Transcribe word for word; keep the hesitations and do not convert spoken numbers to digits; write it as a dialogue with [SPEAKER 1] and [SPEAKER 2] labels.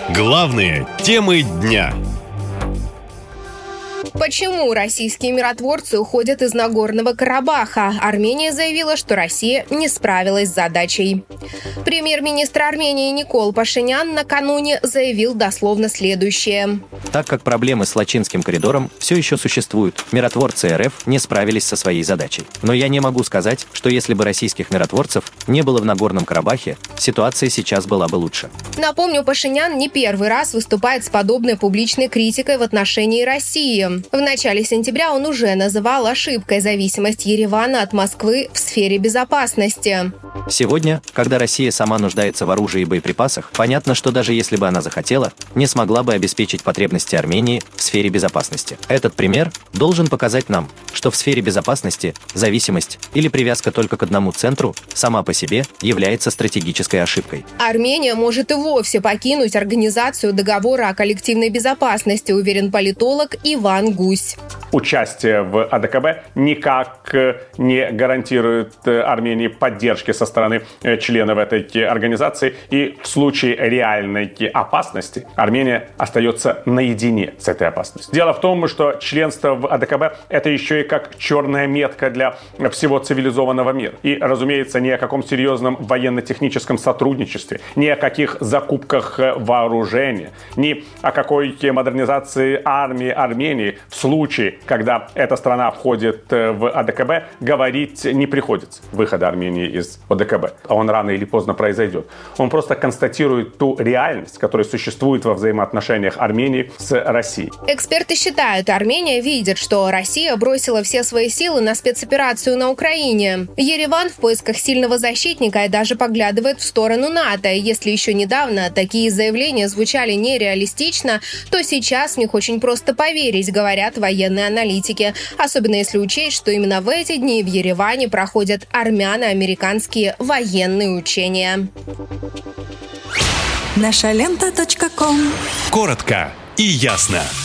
[SPEAKER 1] Главные темы дня.
[SPEAKER 2] Почему российские миротворцы уходят из Нагорного Карабаха? Армения заявила, что Россия не справилась с задачей. Премьер-министр Армении Никол Пашинян накануне заявил дословно следующее.
[SPEAKER 3] Так как проблемы с Лачинским коридором все еще существуют, миротворцы эр эф не справились со своей задачей. Но я не могу сказать, что если бы российских миротворцев не было в Нагорном Карабахе, ситуация сейчас была бы лучше.
[SPEAKER 2] Напомню, Пашинян не первый раз выступает с подобной публичной критикой в отношении России. В начале сентября он уже называл ошибкой зависимость Еревана от Москвы в сфере безопасности.
[SPEAKER 3] Сегодня, когда Россия сама нуждается в оружии и боеприпасах, понятно, что даже если бы она захотела, не смогла бы обеспечить потребности Армении в сфере безопасности. Этот пример должен показать нам, что в сфере безопасности зависимость или привязка только к одному центру сама по себе является стратегической ошибкой.
[SPEAKER 2] Армения может и вовсе покинуть организацию договора о коллективной безопасности, уверен политолог Иван Гусь.
[SPEAKER 4] Участие в а дэ ка бэ никак не гарантирует Армении поддержки со стороны членов этой организации, и в случае реальной опасности Армения остается наедине с этой опасностью. Дело в том, что членство в а дэ ка бэ – это еще и как черная метка для всего цивилизованного мира. И, разумеется, ни о каком серьезном военно-техническом сотрудничестве, ни о каких закупках вооружения, ни о какой модернизации армии Армении в случае, когда эта страна входит в а дэ ка бэ, говорить не приходится. Выхода Армении из а дэ ка бэ. А он рано или поздно произойдет. Он просто констатирует ту реальность, которая существует во взаимоотношениях Армении с Россией.
[SPEAKER 2] Эксперты считают, Армения видит, что Россия бросила все свои силы на спецоперацию на Украине. Ереван в поисках сильного защитника и даже поглядывает в сторону НАТО. Если еще недавно такие заявления звучали нереалистично, то сейчас в них очень просто поверить, говорят военные аналитики. Особенно если учесть, что именно в эти дни в Ереване проходят армяно-американские военные учения.
[SPEAKER 5] наша лента точка ком.
[SPEAKER 1] Коротко и ясно.